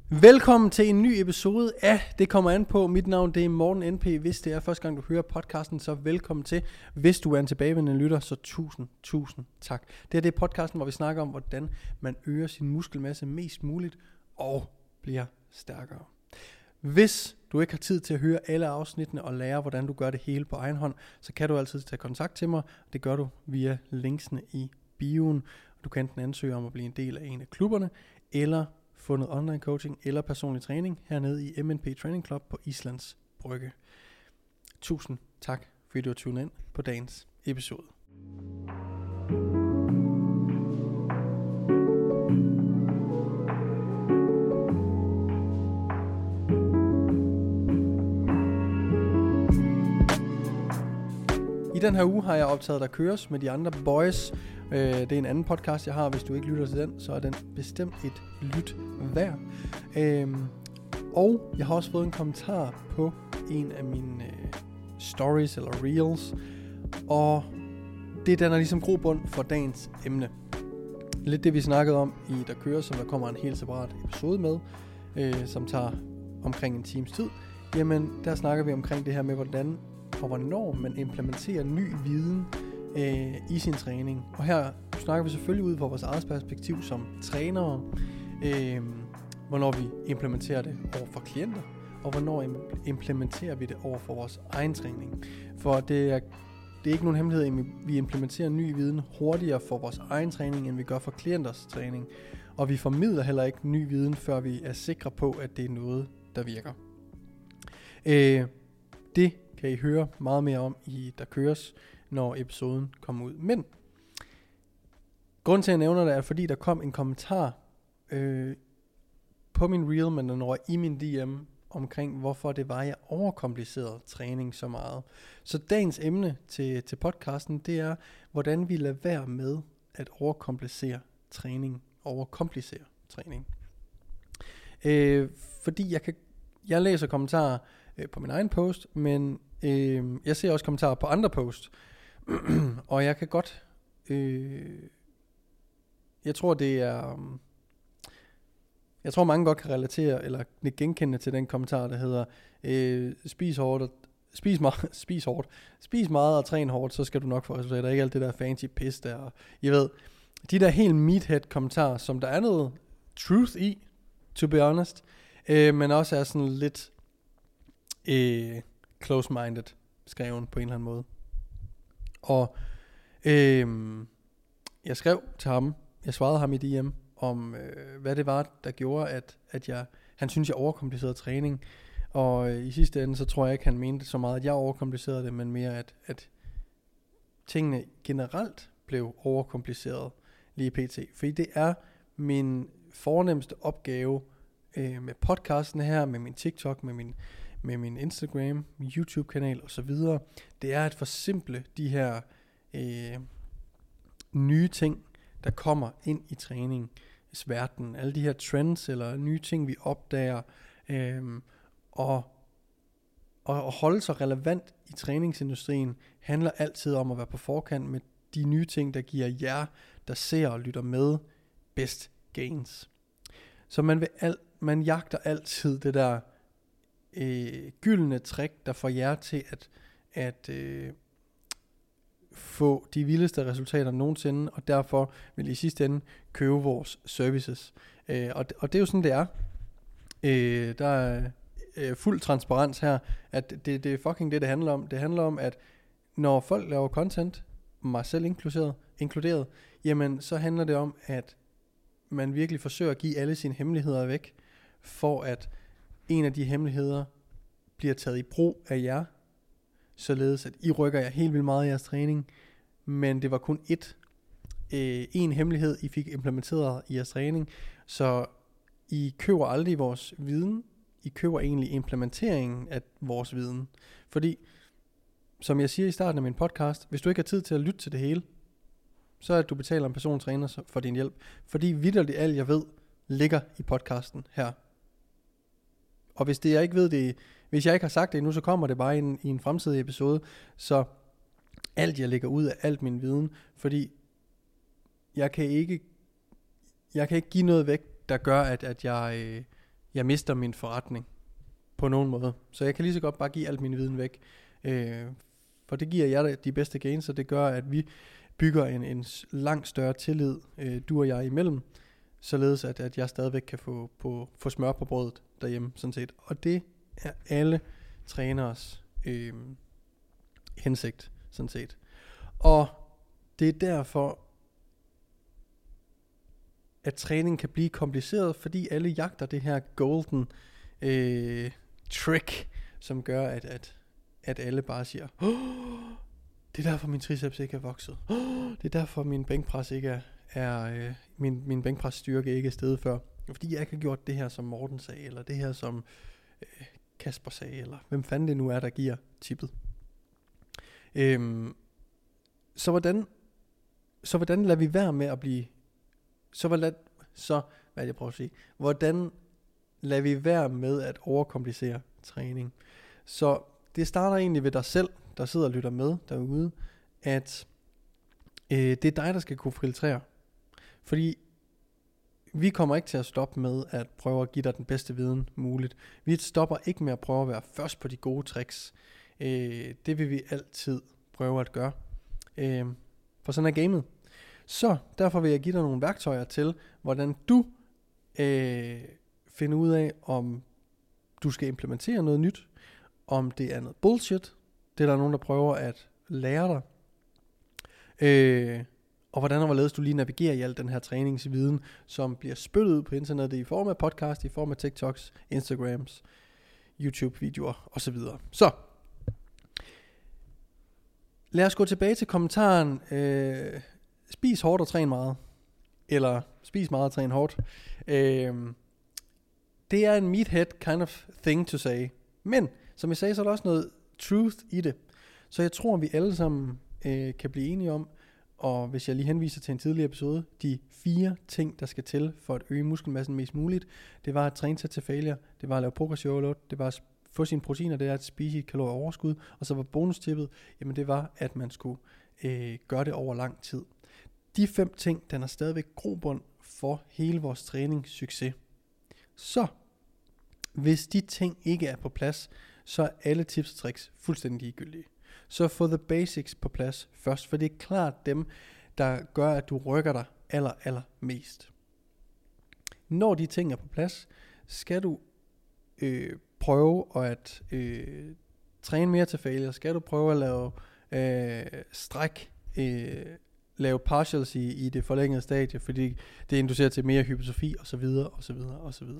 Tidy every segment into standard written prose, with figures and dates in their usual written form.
Velkommen til en ny episode af Det kommer an på. Mit navn det er Morten NP. Hvis det er første gang du hører podcasten, så velkommen til. Hvis du er en tilbagevendende lytter, så tusind tak. Det er podcasten, hvor vi snakker om, hvordan man øger sin muskelmasse mest muligt og bliver stærkere. Hvis du ikke har tid til at høre alle afsnittene og lære, hvordan du gør det hele på egen hånd, så kan du altid tage kontakt til mig. Det gør du via linksene i bioen. Du kan enten ansøge om at blive en del af en af klubberne, eller få noget online coaching eller personlig træning hernede i MNP Training Club på Islands Brygge. Tusind tak, fordi du har tunet ind på dagens episode. I den her uge har jeg optaget Der Køres med de andre boys. Det er en anden podcast jeg har. Hvis du ikke lytter til den, så er den bestemt et lyt værd. Og jeg har også fået en kommentar på en af mine stories eller reels, og det danner ligesom grobund for dagens emne. Lidt det vi snakkede om i Der Køres, som der kommer en helt separat episode med, som tager omkring en times tid. Jamen der snakker vi omkring det her med hvordan og hvornår man implementerer ny viden i sin træning. Og her snakker vi selvfølgelig ud fra vores eget perspektiv som trænere, hvornår vi implementerer det over for klienter, og hvornår implementerer vi det over for vores egen træning. For det er ikke nogen hemmelighed, at vi implementerer ny viden hurtigere for vores egen træning, end vi gør for klienters træning. Og vi formidler heller ikke ny viden, før vi er sikre på, at det er noget, der virker. Det kan I høre meget mere om i Der Køres, når episoden kommer ud. Men grunden til at jeg nævner det er, fordi der kom en kommentar på min reel, men den over i min DM omkring, hvorfor det var, jeg overkomplicerede træning så meget. Så dagens emne til podcasten, det er, hvordan vi lader være med at overkomplicere træning. Fordi jeg læser kommentarer på min egen post, men jeg ser også kommentarer på andre post, og jeg kan godt, jeg tror mange godt kan relatere eller genkende til den kommentar, der hedder spis meget og træn hårdt, så skal du nok få resultater. Ikke alt det der fancy pis der, og I ved, de der helt meathead kommentarer, som der er noget truth i, to be honest, men også er sådan lidt close-minded skreven på en eller anden måde. Og jeg skrev til ham, jeg svarede ham i DM om hvad det var, der gjorde, at han synes jeg overkomplicerede træning. Og i sidste ende, så tror jeg ikke, han mente så meget, at jeg overkomplicerede det, men mere, at tingene generelt blev overkompliceret lige pt. Fordi det er min fornemmeste opgave med podcasten her, med min TikTok, med min Instagram, min YouTube-kanal osv. Det er at forsimple de her nye ting, der kommer ind i træningsverdenen. Alle de her trends eller nye ting, vi opdager, og holde sig relevant i træningsindustrien, handler altid om at være på forkant med de nye ting, der giver jer, der ser og lytter med, best gains. Så man jagter altid det der gyldne trick, der får jer til at få de vildeste resultater nogensinde, og derfor vil I sidste ende købe vores services. Og det er jo sådan, det er. Der er fuld transparens her, at det er fucking det handler om. Det handler om, at når folk laver content, mig selv inkluderet, jamen så handler det om, at man virkelig forsøger at give alle sine hemmeligheder væk, for at en af de hemmeligheder bliver taget i brug af jer, således at I rykker jer helt vildt meget i jeres træning, men det var kun en hemmelighed, I fik implementeret i jeres træning, så I køber aldrig vores viden, I køber egentlig implementeringen af vores viden, fordi, som jeg siger i starten af min podcast, hvis du ikke har tid til at lytte til det hele, så er det, at du betaler en personlig træner for din hjælp, fordi vitterligt alt jeg ved, ligger i podcasten her. Og hvis jeg ikke ved det, hvis jeg ikke har sagt det endnu, så kommer det bare i en fremtidig episode. Så alt jeg lægger ud af alt min viden, fordi jeg kan ikke give noget væk, der gør, at jeg jeg mister min forretning på nogen måde. Så jeg kan lige så godt bare give alt min viden væk. For det giver jer de bedste gains, og det gør, at vi bygger en langt større tillid, du og jeg imellem, således at jeg stadigvæk kan få smør på brødet derhjemme, sådan set. Og det er alle træneres hensigt, sådan set. Og det er derfor, at træning kan blive kompliceret, fordi alle jagter det her golden trick, som gør, at alle bare siger, det er derfor min triceps ikke er vokset. Det er derfor min bænkpres ikke er min bænkpres styrke ikke er steget før. Fordi jeg ikke har gjort det her, som Morten sagde, eller det her, som Kasper sagde, eller hvem fanden det nu er, der giver tippet. Så hvordan lader vi være med at blive... Hvordan lader vi være med at overkomplicere træning? Så det starter egentlig ved dig selv, der sidder og lytter med derude, at det er dig, der skal kunne filtrere. Fordi vi kommer ikke til at stoppe med at prøve at give dig den bedste viden muligt. Vi stopper ikke med at prøve at være først på de gode tricks. Det vil vi altid prøve at gøre. For sådan er gamet. Så derfor vil jeg give dig nogle værktøjer til, hvordan du finder ud af, om du skal implementere noget nyt, om det er noget bullshit, det er der nogen, der prøver at lære dig, og hvordan og hvorledes du lige navigerer i al den her træningsviden, som bliver spyttet ud på internettet i form af podcast, i form af TikToks, Instagrams, YouTube-videoer osv. Så, lad os gå tilbage til kommentaren, spis hårdt og træn meget, eller spis meget og træn hårdt. Det er en meathead kind of thing to say, men som jeg sagde, så er der også noget truth i det. Så jeg tror, vi alle sammen kan blive enige om, og hvis jeg lige henviser til en tidligere episode, de 4 ting, der skal til for at øge muskelmassen mest muligt, det var at træne sig til failure, det var at lave progressive overload, det var at få sine proteiner, det er at spise et kalorieoverskud, og så var bonustippet, jamen det var, at man skulle gøre det over lang tid. De 5 ting, den er stadigvæk grobund for hele vores træningssucces. Så, hvis de ting ikke er på plads, så er alle tips og tricks fuldstændig ligegyldige. Så få the basics på plads først, for det er klart dem, der gør, at du rykker dig allermest. Når de ting er på plads, skal du prøve at træne mere til failure. Skal du prøve at lave stræk, lave partials i det forlængede stadie, fordi det inducerer til mere hypertrofi osv.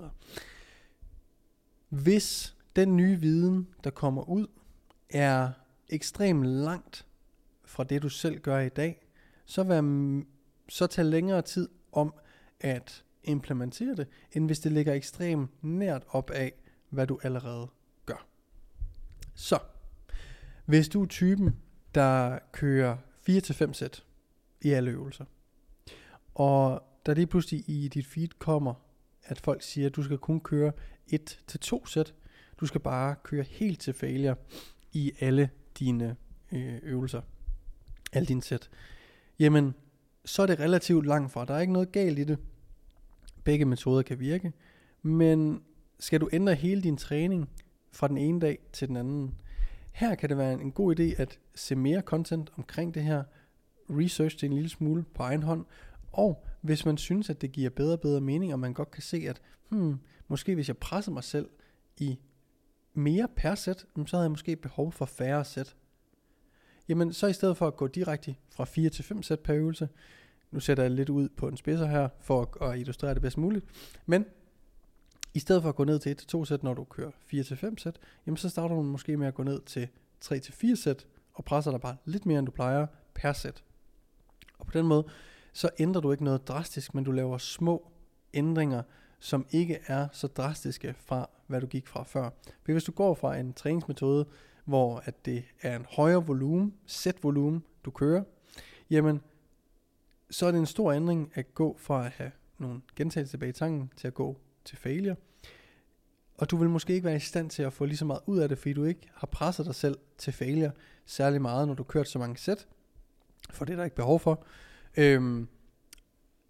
Hvis den nye viden, der kommer ud, er ekstremt langt fra det, du selv gør i dag, så tag længere tid om at implementere det, end hvis det ligger ekstremt nært op af, hvad du allerede gør. Så, hvis du er typen, der kører 4-5 sæt i alle øvelser, og der lige pludselig i dit feed kommer, at folk siger, at du skal kun køre 1-2 sæt, du skal bare køre helt til failure i alle dine øvelser, alle dine sæt, jamen, så er det relativt langt fra. Der er ikke noget galt i det. Begge metoder kan virke, men skal du ændre hele din træning fra den ene dag til den anden? Her kan det være en god idé at se mere content omkring det her, research det en lille smule på egen hånd, og hvis man synes, at det giver bedre og bedre mening, og man godt kan se, at måske hvis jeg presser mig selv i mere per sæt, så havde jeg måske behov for færre sæt. Jamen så i stedet for at gå direkte fra 4 til 5 sæt per øvelse, nu sætter jeg lidt ud på en spidser her, for at illustrere det bedst muligt, men i stedet for at gå ned til 1-2 sæt, når du kører 4-5 sæt, jamen så starter du måske med at gå ned til 3-4 sæt, og presser dig bare lidt mere, end du plejer per sæt. Og på den måde, så ændrer du ikke noget drastisk, men du laver små ændringer, som ikke er så drastiske fra, hvad du gik fra før. For hvis du går fra en træningsmetode, hvor at det er en højere volumen, sætvolumen, du kører, jamen, så er det en stor ændring at gå fra at have nogle gentagelser tilbage i tanken, til at gå til failure. Og du vil måske ikke være i stand til at få lige så meget ud af det, fordi du ikke har presset dig selv til failure særlig meget, når du kørt så mange sæt, for det er der ikke behov for.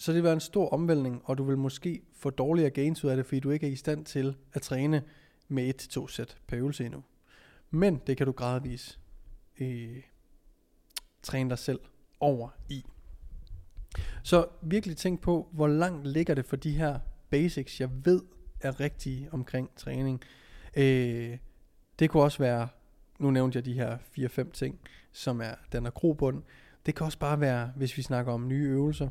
Så det vil være en stor omvæltning, og du vil måske få dårligere gains ud af det, fordi du ikke er i stand til at træne med 1-2 sæt per øvelse endnu. Men det kan du gradvist træne dig selv over i. Så virkelig tænk på, hvor langt ligger det for de her basics, jeg ved er rigtige omkring træning. Det kunne også være, nu nævnte jeg de her 4-5 ting, som er den er grobund. Det kan også bare være, hvis vi snakker om nye øvelser.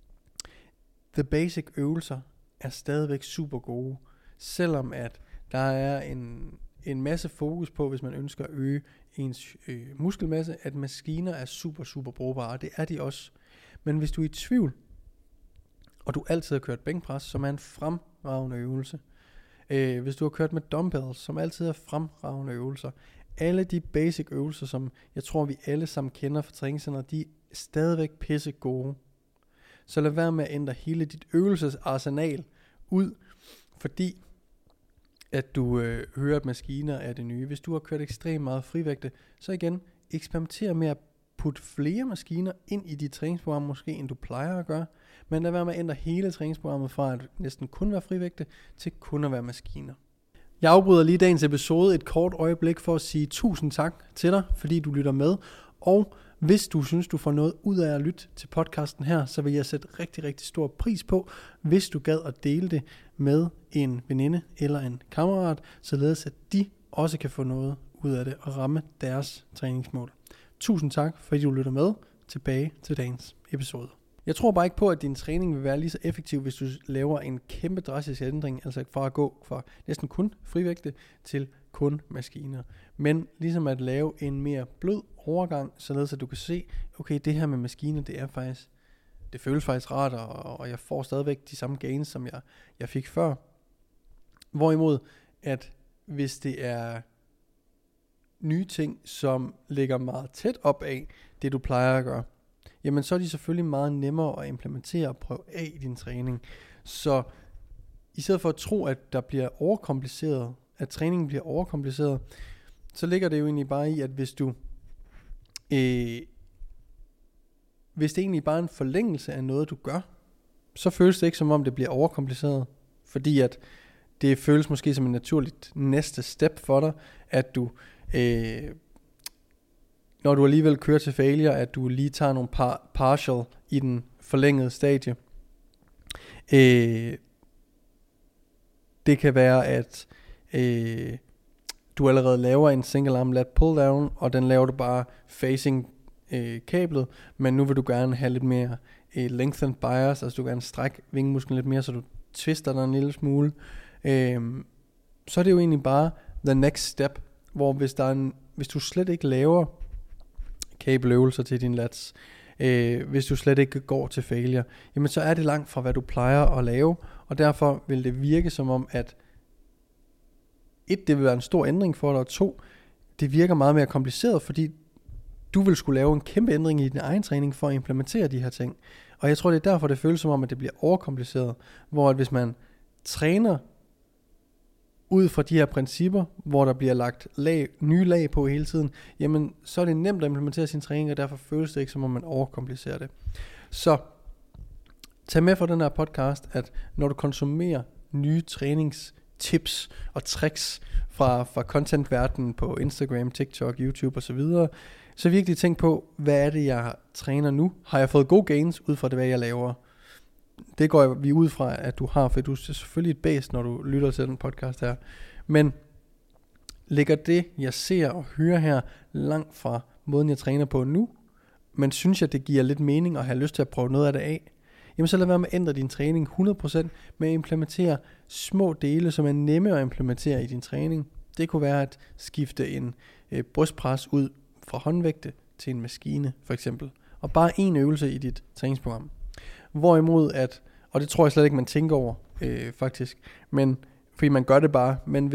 The basic øvelser er stadigvæk super gode, selvom at der er en masse fokus på, hvis man ønsker at øge ens muskelmasse, at maskiner er super, super brugbare. Det er de også. Men hvis du er i tvivl, og du altid har kørt bænkpres, som er en fremragende øvelse, hvis du har kørt med dumbbells, som altid er fremragende øvelser, alle de basic øvelser, som jeg tror, vi alle sammen kender fra træningscenteret, de er stadigvæk pisse gode. Så lad være med at ændre hele dit øvelsesarsenal ud, fordi at du hører, at maskiner er det nye. Hvis du har kørt ekstremt meget frivægte, så igen, eksperimenter med at putte flere maskiner ind i dit træningsprogram, måske end du plejer at gøre. Men lad være med at ændre hele træningsprogrammet fra at næsten kun være frivægte, til kun at være maskiner. Jeg afbryder lige dagens episode et kort øjeblik for at sige tusind tak til dig, fordi du lytter med. Og hvis du synes, du får noget ud af at lytte til podcasten her, så vil jeg sætte rigtig, rigtig stor pris på, hvis du gad at dele det med en veninde eller en kammerat, således at de også kan få noget ud af det og ramme deres træningsmål. Tusind tak, fordi du lytter med. Tilbage til dagens episode. Jeg tror bare ikke på, at din træning vil være lige så effektiv, hvis du laver en kæmpe drastisk ændring, altså fra at gå fra næsten kun frivægte til kun maskiner. Men ligesom at lave en mere blød overgang, således at du kan se, okay, det her med maskiner, det føles faktisk rart, og jeg får stadigvæk de samme gains, som jeg fik før. Hvorimod, at hvis det er nye ting, som ligger meget tæt op af det, du plejer at gøre, jamen så er de selvfølgelig meget nemmere at implementere og prøve af i din træning. Så i stedet for at tro, at der bliver overkompliceret, at træningen bliver overkompliceret, så ligger det jo egentlig bare i, at hvis det egentlig bare er en forlængelse af noget, du gør, så føles det ikke som om det bliver overkompliceret, fordi at det føles måske som en naturligt næste step for dig, at du når du alligevel kører til failure, at du lige tager nogle partial i den forlængede stadie. Det kan være, at du allerede laver en single arm lat pull down, og den laver du bare facing kablet, men nu vil du gerne have lidt mere lengthened bias, altså du vil gerne strække vingemusklen lidt mere, så du twister dig en lille smule. Så er det jo egentlig bare the next step, hvor hvis du slet ikke laver kabeløvelser til din lats, hvis du slet ikke går til failure, jamen så er det langt fra hvad du plejer at lave, og derfor vil det virke som om, at 1, det vil være en stor ændring for dig, og 2, det virker meget mere kompliceret, fordi du vil skulle lave en kæmpe ændring i din egen træning for at implementere de her ting. Og jeg tror, det er derfor, det føles som om, at det bliver overkompliceret, hvor at hvis man træner ud fra de her principper, hvor der bliver lagt nye lag på hele tiden, jamen så er det nemt at implementere sin træning, og derfor føles det ikke som om man overkomplicerer det. Så tag med fra den her podcast, at når du konsumerer nye træningstips og tricks fra contentverdenen på Instagram, TikTok, YouTube osv., så virkelig tænk på, hvad er det jeg træner nu? Har jeg fået gode gains ud fra det, hvad jeg laver? Det går vi ud fra, at du har, for du er selvfølgelig et base, når du lytter til den podcast her. Men ligger det, jeg ser og hører her, langt fra måden, jeg træner på nu, men synes jeg, det giver lidt mening og have lyst til at prøve noget af det af, jamen så lad være med at ændre din træning 100% med at implementere små dele, som er nemme at implementere i din træning. Det kunne være at skifte en brystpres ud fra håndvægte til en maskine, for eksempel. Og bare en øvelse i dit træningsprogram. Hvorimod at, og det tror jeg slet ikke man tænker over faktisk, men fordi man gør det bare, men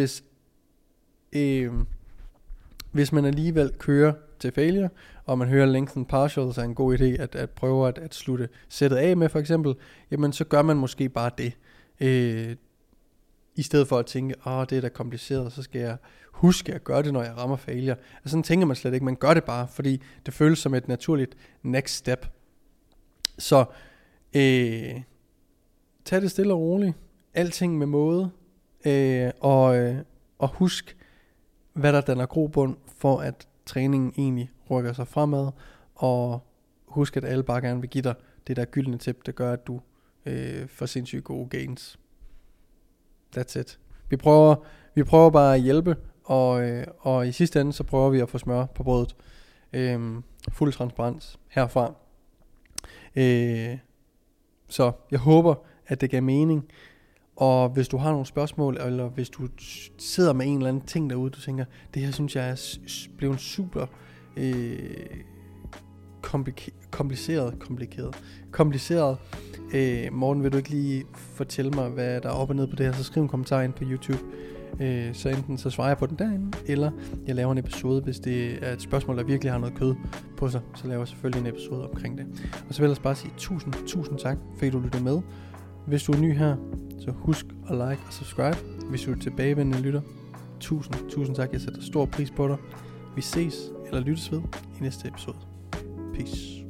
hvis man alligevel kører til failure, og man hører lengthen partials er en god idé at prøve at slutte sættet af med for eksempel, jamen så gør man måske bare det, i stedet for at tænke, det er da kompliceret, så skal jeg huske at gøre det, når jeg rammer failure. Altså sådan tænker man slet ikke, man gør det bare, fordi det føles som et naturligt next step. Så Tag det stille og roligt. Alting med måde. Og husk, hvad der danner grobund for, at træningen egentlig rykker sig fremad. Og husk, at alle bare gerne vil give dig det der gyldne tip, der gør, at du får sindssygt gode gains. That's it. Vi prøver bare at hjælpe, og i sidste ende, så prøver vi at få smør på brødet. Fuld transparens herfra. Så jeg håber, at det gav mening. Og hvis du har nogle spørgsmål, eller hvis du sidder med en eller anden ting derude, du tænker, det her synes jeg er blevet super kompliceret. Morten, vil du ikke lige fortælle mig, hvad der er op og ned på det her, så skriv en kommentar ind på YouTube. Så enten så svarer jeg på den derinde, eller jeg laver en episode, hvis det er et spørgsmål, der virkelig har noget kød på sig, så laver jeg selvfølgelig en episode omkring det. Og så vil jeg bare sige tusind tak, fordi du lyttede med. Hvis du er ny her, så husk at like og subscribe. Hvis du er tilbagevendende lytter, tusind tak, jeg sætter stor pris på dig. Vi ses eller lyttes ved i næste episode. Peace.